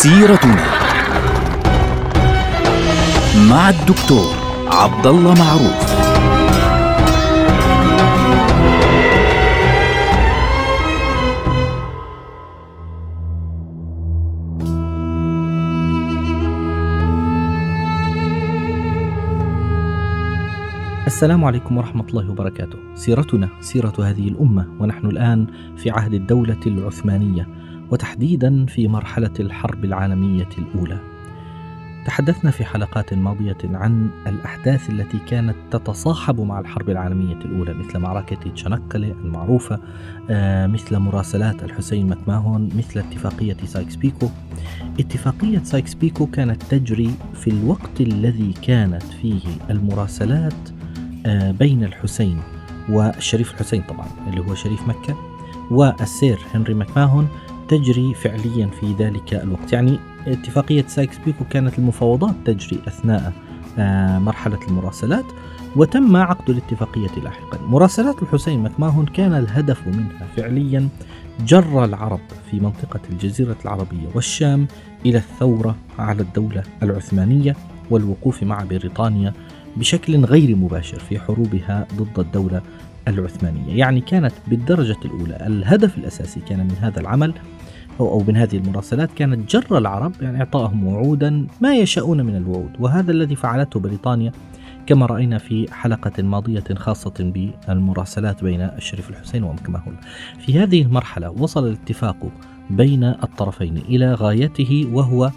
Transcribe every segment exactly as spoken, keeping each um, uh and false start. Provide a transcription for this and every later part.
سيرتنا مع الدكتور عبد الله معروف. السلام عليكم ورحمة الله وبركاته. سيرتنا سيرة هذه الأمة، ونحن الآن في عهد الدولة العثمانية، وتحديدا في مرحلة الحرب العالمية الأولى. تحدثنا في حلقات ماضية عن الأحداث التي كانت تتصاحب مع الحرب العالمية الأولى، مثل معركة تشانكلي المعروفة، آه مثل مراسلات الحسين مكماهون، مثل اتفاقية سايكس بيكو. اتفاقية سايكس بيكو كانت تجري في الوقت الذي كانت فيه المراسلات بين الحسين والشريف الحسين طبعا اللي هو شريف مكة والسير هنري مكماهون تجري فعليا في ذلك الوقت. يعني اتفاقية سايكس بيكو كانت المفاوضات تجري أثناء مرحلة المراسلات، وتم عقد الاتفاقية لاحقا. مراسلات الحسين مكماهون كان الهدف منها فعليا جر العرب في منطقة الجزيرة العربية والشام إلى الثورة على الدولة العثمانية والوقوف مع بريطانيا بشكل غير مباشر في حروبها ضد الدولة العثمانية. يعني كانت بالدرجة الأولى الهدف الأساسي كان من هذا العمل أو من هذه المراسلات كانت جر العرب، يعني إعطائهم وعودا ما يشاءون من الوعود، وهذا الذي فعلته بريطانيا كما رأينا في حلقة ماضية خاصة بالمراسلات بين الشريف الحسين ومكماهون. في هذه المرحلة وصل الاتفاق بين الطرفين إلى غايته، وهو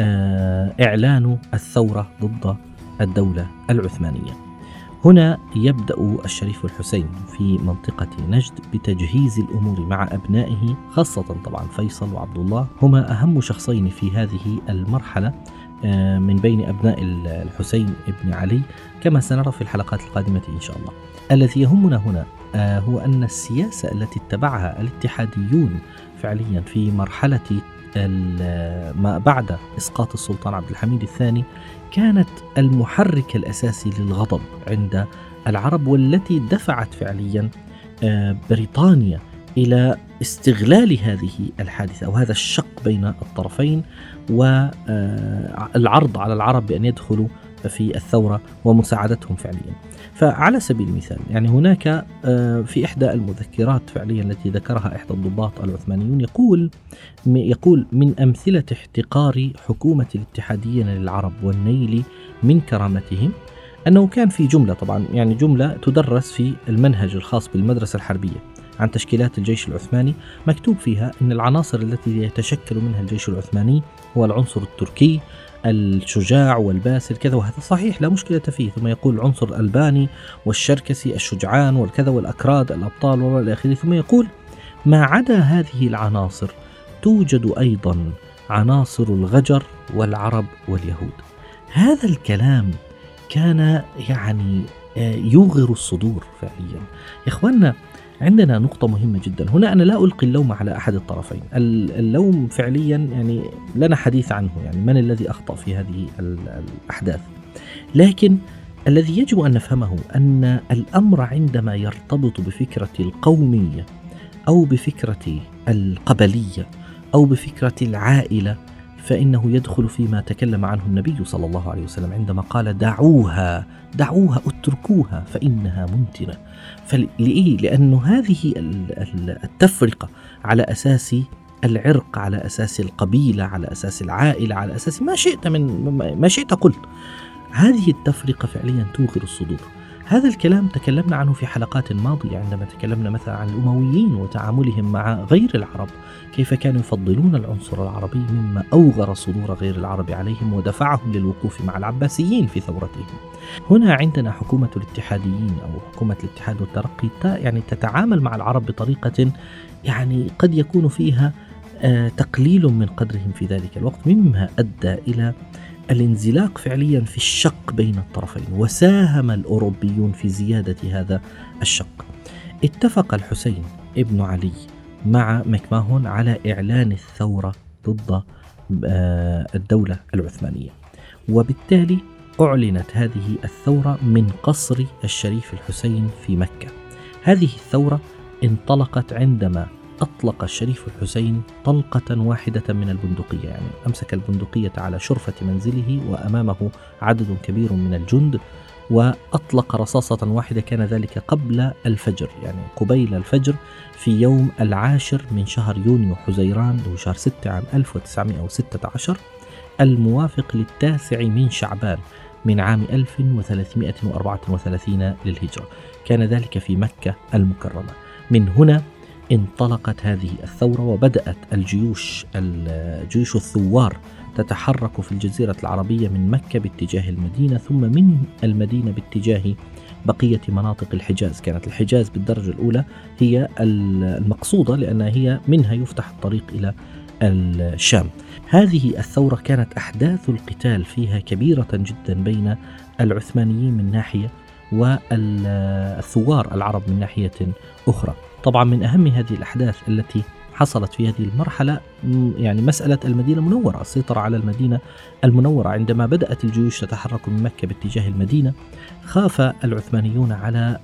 إعلان الثورة ضد الدولة العثمانية. هنا يبدأ الشريف الحسين في منطقة نجد بتجهيز الأمور مع أبنائه، خاصة طبعا فيصل وعبد الله هما أهم شخصين في هذه المرحلة من بين أبناء الحسين ابن علي، كما سنرى في الحلقات القادمة إن شاء الله. الذي يهمنا هنا هو أن السياسة التي اتبعها الاتحاديون فعليا في مرحلة ما بعد إسقاط السلطان عبد الحميد الثاني كانت المحرك الأساسي للغضب عند العرب، والتي دفعت فعليا بريطانيا إلى استغلال هذه الحادثة أو هذا الشق بين الطرفين والعرض على العرب بأن يدخلوا في الثورة ومساعدتهم فعليا. فعلى سبيل المثال يعني هناك في إحدى المذكرات فعليا التي ذكرها إحدى الضباط العثمانيون يقول يقول من أمثلة احتقار حكومة الاتحاديين للعرب والنيل من كرامتهم أنه كان في جملة، طبعا يعني جملة تدرس في المنهج الخاص بالمدرسة الحربية عن تشكيلات الجيش العثماني، مكتوب فيها أن العناصر التي يتشكل منها الجيش العثماني هو العنصر التركي الشجاع والباسل كذا، وهذا صحيح لا مشكلة فيه. ثم يقول العنصر الألباني والشركسي الشجعان والكذا والأكراد الأبطال والآخرين. ثم يقول ما عدا هذه العناصر توجد أيضا عناصر الغجر والعرب واليهود. هذا الكلام كان يعني يوغر الصدور فعليا. يا إخواننا عندنا نقطة مهمة جدا هنا، أنا لا ألقي اللوم على أحد الطرفين، اللوم فعليا يعني لنا حديث عنه، يعني من الذي أخطأ في هذه الأحداث. لكن الذي يجب أن نفهمه أن الأمر عندما يرتبط بفكرة القومية أو بفكرة القبلية أو بفكرة العائلة فإنه يدخل فيما تكلم عنه النبي صلى الله عليه وسلم عندما قال دعوها دعوها اتركوها فإنها منتنة. فلإيه؟ لأنه هذه التفرقة على أساس العرق، على أساس القبيلة، على أساس العائلة، على أساس ما شئت من ما شئت قل، هذه التفرقة فعليا توغر الصدور. هذا الكلام تكلمنا عنه في حلقات ماضية عندما تكلمنا مثلا عن الأمويين وتعاملهم مع غير العرب، كيف كانوا يفضلون العنصر العربي مما أوغر صدور غير العرب عليهم ودفعهم للوقوف مع العباسيين في ثورتهم. هنا عندنا حكومة الاتحاديين أو حكومة الاتحاد والترقي يعني تتعامل مع العرب بطريقة يعني قد يكون فيها تقليل من قدرهم في ذلك الوقت، مما أدى إلى الانزلاق فعليا في الشق بين الطرفين، وساهم الأوروبيون في زيادة هذا الشق. اتفق الحسين ابن علي مع مكماهون على إعلان الثورة ضد الدولة العثمانية، وبالتالي أعلنت هذه الثورة من قصر الشريف الحسين في مكة. هذه الثورة انطلقت عندما أطلق الشريف الحسين طلقة واحدة من البندقية، يعني أمسك البندقية على شرفة منزله وأمامه عدد كبير من الجند، وأطلق رصاصة واحدة. كان ذلك قبل الفجر، يعني قبيل الفجر في يوم العاشر من شهر يونيو حزيران، اللي هو شهر ستة عام ألف وتسعمائة وستة عشر، الموافق للتاسع من شعبان من عام ألف وثلاثمائة وأربعة وثلاثين للهجرة. كان ذلك في مكة المكرمة. من هنا انطلقت هذه الثورة، وبدأت الجيوش الجيوش الثوار تتحرك في الجزيرة العربية من مكة باتجاه المدينة، ثم من المدينة باتجاه بقية مناطق الحجاز. كانت الحجاز بالدرجة الأولى هي المقصودة، لأنها هي منها يفتح الطريق إلى الشام. هذه الثورة كانت أحداث القتال فيها كبيرة جدا بين العثمانيين من ناحية والثوار العرب من ناحية أخرى. طبعا من أهم هذه الأحداث التي حصلت في هذه المرحلة يعني مسألة المدينة المنورة، السيطرة على المدينة المنورة. عندما بدأت الجيوش تتحرك من مكة باتجاه المدينة، خاف العثمانيون على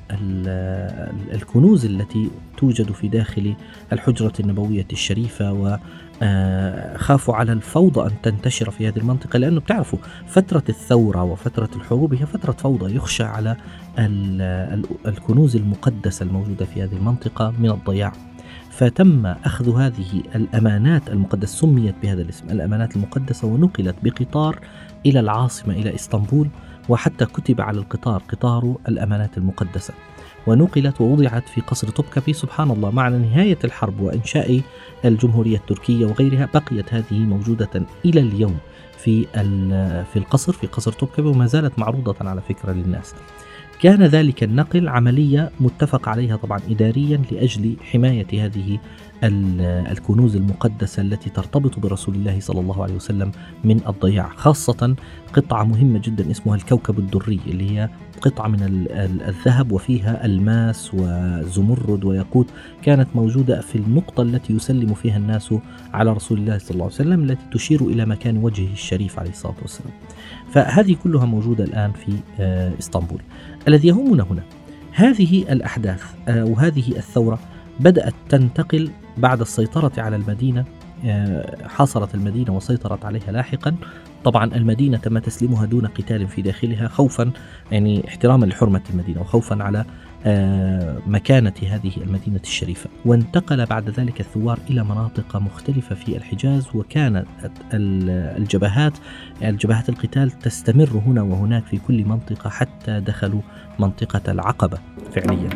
الكنوز التي توجد في داخل الحجرة النبوية الشريفة، وخافوا على الفوضى أن تنتشر في هذه المنطقة، لأنه بتعرفوا فترة الثورة وفترة الحروب هي فترة فوضى، يخشى على الكنوز المقدسة الموجودة في هذه المنطقة من الضياع. فتم أخذ هذه الأمانات المقدسة، سميت بهذا الاسم الأمانات المقدسة، ونقلت بقطار إلى العاصمة إلى إسطنبول، وحتى كتب على القطار قطار الأمانات المقدسة، ونقلت ووضعت في قصر توبكابي. سبحان الله، مع نهاية الحرب وإنشاء الجمهورية التركية وغيرها بقيت هذه موجودة إلى اليوم في في القصر في قصر توبكابي، وما زالت معروضة على فكرة للناس. كان ذلك النقل عملية متفق عليها طبعا إداريا لأجل حماية هذه الكنوز المقدسة التي ترتبط برسول الله صلى الله عليه وسلم من الضياع، خاصة قطعة مهمة جدا اسمها الكوكب الدري، اللي هي قطعة من الذهب وفيها الماس وزمرد وياقوت، كانت موجودة في النقطة التي يسلم فيها الناس على رسول الله صلى الله عليه وسلم، التي تشير إلى مكان وجهه الشريف عليه الصلاة والسلام. فهذه كلها موجودة الآن في إسطنبول. الذي يهمنا هنا هذه الأحداث وهذه الثورة بدأت تنتقل بعد السيطرة على المدينة. حاصرت المدينة وسيطرت عليها لاحقا. طبعا المدينة تم تسليمها دون قتال في داخلها، خوفا يعني احتراما لحرمة المدينة وخوفا على مكانة هذه المدينة الشريفة. وانتقل بعد ذلك الثوار إلى مناطق مختلفة في الحجاز، وكانت الجبهات الجبهات القتال تستمر هنا وهناك في كل منطقة حتى دخلوا منطقة العقبة فعليا.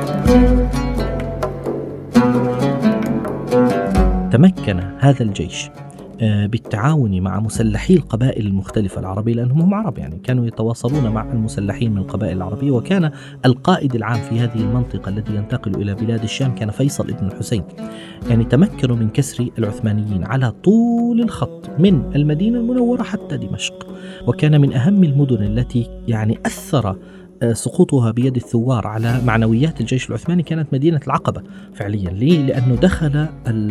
تمكن هذا الجيش بالتعاون مع مسلحي القبائل المختلفة العربية، لأنهم هم عرب، يعني كانوا يتواصلون مع المسلحين من القبائل العربية. وكان القائد العام في هذه المنطقة الذي ينتقل إلى بلاد الشام كان فيصل ابن الحسين. يعني تمكنوا من كسر العثمانيين على طول الخط من المدينة المنورة حتى دمشق، وكان من أهم المدن التي يعني أثر سقوطها بيد الثوار على معنويات الجيش العثماني كانت مدينة العقبة فعليا. ليه؟ لأنه دخل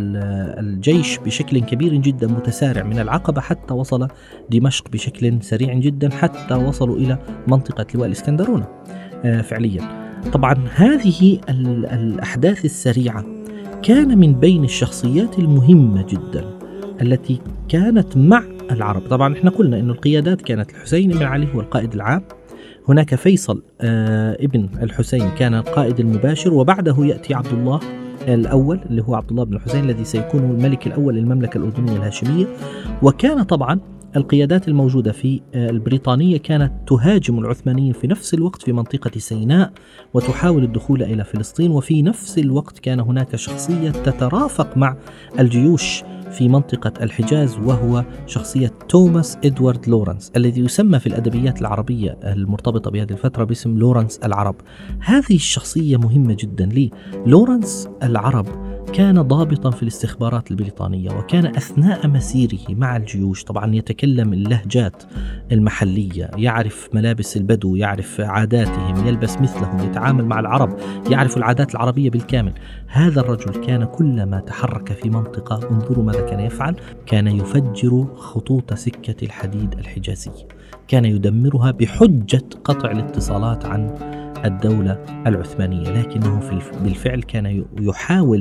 الجيش بشكل كبير جدا متسارع من العقبة حتى وصل دمشق بشكل سريع جدا، حتى وصلوا إلى منطقة لواء الإسكندرونة فعليا. طبعا هذه الأحداث السريعة كان من بين الشخصيات المهمة جدا التي كانت مع العرب. طبعا احنا قلنا أن القيادات كانت الحسين بن علي هو القائد العام، هناك فيصل آه ابن الحسين كان القائد المباشر، وبعده يأتي عبد الله الأول اللي هو عبد الله بن الحسين الذي سيكون الملك الأول للمملكة الأردنية الهاشمية. وكان طبعا القيادات الموجودة في آه البريطانية كانت تهاجم العثمانيين في نفس الوقت في منطقة سيناء وتحاول الدخول إلى فلسطين، وفي نفس الوقت كان هناك شخصية تترافق مع الجيوش في منطقة الحجاز، وهو شخصية توماس إدوارد لورنس الذي يسمى في الأدبيات العربية المرتبطة بهذه الفترة باسم لورنس العرب. هذه الشخصية مهمة جدا. ليه؟ لورنس العرب كان ضابطا في الاستخبارات البريطانية، وكان أثناء مسيره مع الجيوش طبعا يتكلم اللهجات المحلية، يعرف ملابس البدو، يعرف عاداتهم، يلبس مثلهم، يتعامل مع العرب، يعرف العادات العربية بالكامل. هذا الرجل كان كلما تحرك في منطقة، انظروا ماذا كان يفعل، كان يفجر خطوط سكة الحديد الحجازية، كان يدمرها بحجة قطع الاتصالات عن الدولة العثمانية. لكنه في بالفعل كان يحاول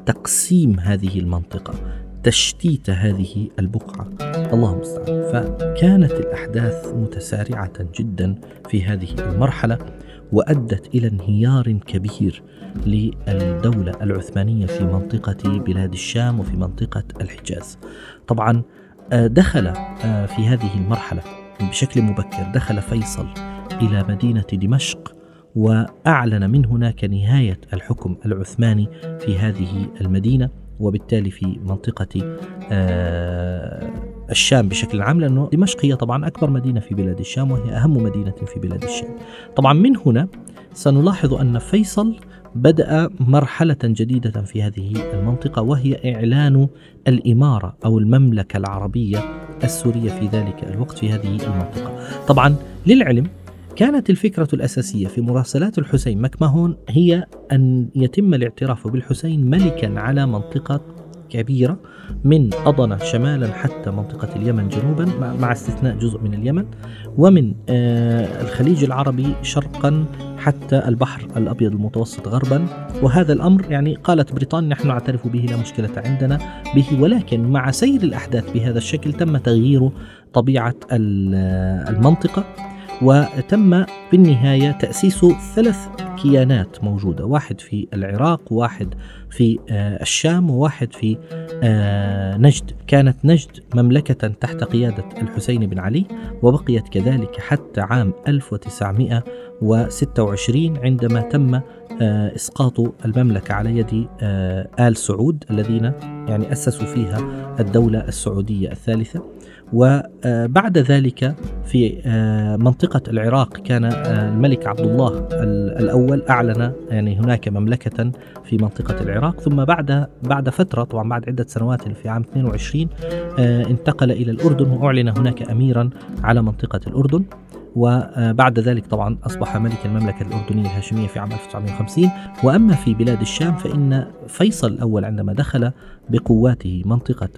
تقسيم هذه المنطقة، تشتيت هذه البقعة، الله المستعان. فكانت الأحداث متسارعة جدا في هذه المرحلة، وأدت إلى انهيار كبير للدولة العثمانية في منطقة بلاد الشام وفي منطقة الحجاز. طبعا دخل في هذه المرحلة بشكل مبكر، دخل فيصل إلى مدينة دمشق، وأعلن من هناك نهاية الحكم العثماني في هذه المدينة، وبالتالي في منطقة الشام بشكل عام، لأنه دمشق هي طبعا أكبر مدينة في بلاد الشام وهي أهم مدينة في بلاد الشام. طبعا من هنا سنلاحظ أن فيصل بدأ مرحلة جديدة في هذه المنطقة، وهي إعلان الإمارة أو المملكة العربية السورية في ذلك الوقت في هذه المنطقة. طبعا للعلم كانت الفكرة الأساسية في مراسلات الحسين مكمهون هي أن يتم الاعتراف بالحسين ملكا على منطقة كبيرة من أضنة شمالا حتى منطقة اليمن جنوبا، مع استثناء جزء من اليمن، ومن آه الخليج العربي شرقا حتى البحر الأبيض المتوسط غربا. وهذا الأمر يعني قالت بريطانيا نحن نعترف به، لا مشكلة عندنا به، ولكن مع سير الأحداث بهذا الشكل تم تغيير طبيعة المنطقة، وتم بالنهاية تأسيس ثلاث كيانات موجودة، واحد في العراق، واحد في الشام، وواحد في نجد. كانت نجد مملكة تحت قيادة الحسين بن علي، وبقيت كذلك حتى عام ألف وتسعمائة وستة وعشرين عندما تم إسقاط المملكة على يد آل سعود الذين يعني أسسوا فيها الدولة السعودية الثالثة. وبعد ذلك في منطقة العراق كان الملك عبد الله الأول أعلن يعني هناك مملكة في منطقة العراق، ثم بعد بعد فترة طبعا بعد عدة سنوات في عام اثنين وعشرين انتقل إلى الأردن وأعلن هناك أميرا على منطقة الأردن. وبعد ذلك طبعا أصبح ملك المملكة الأردنية الهاشمية في عام ألف وتسعمائة وخمسين. وأما في بلاد الشام فإن فيصل الأول عندما دخل بقواته منطقة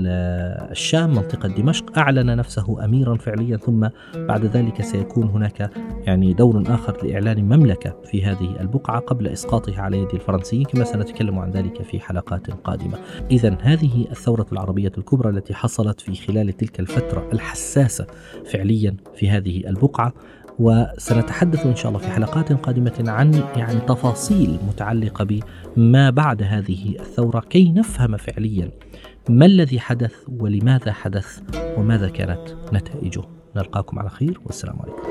الشام منطقة دمشق أعلن نفسه أميرا فعليا، ثم بعد ذلك سيكون هناك يعني دور آخر لإعلان مملكة في هذه البقعة قبل إسقاطها على يد الفرنسيين، كما سنتكلم عن ذلك في حلقات قادمة. إذن هذه الثورة العربية الكبرى التي حصلت في خلال تلك الفترة الحساسة فعليا في هذه البقعة، وسنتحدث إن شاء الله في حلقات قادمة عن يعني تفاصيل متعلقة بما بعد هذه الثورة كي نفهم فعليا ما الذي حدث ولماذا حدث وماذا كانت نتائجه. نلقاكم على خير والسلام عليكم.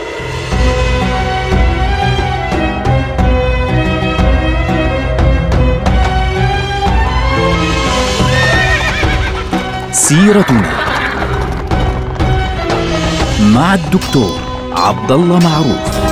سيرتنا مع الدكتور عبد الله معروف.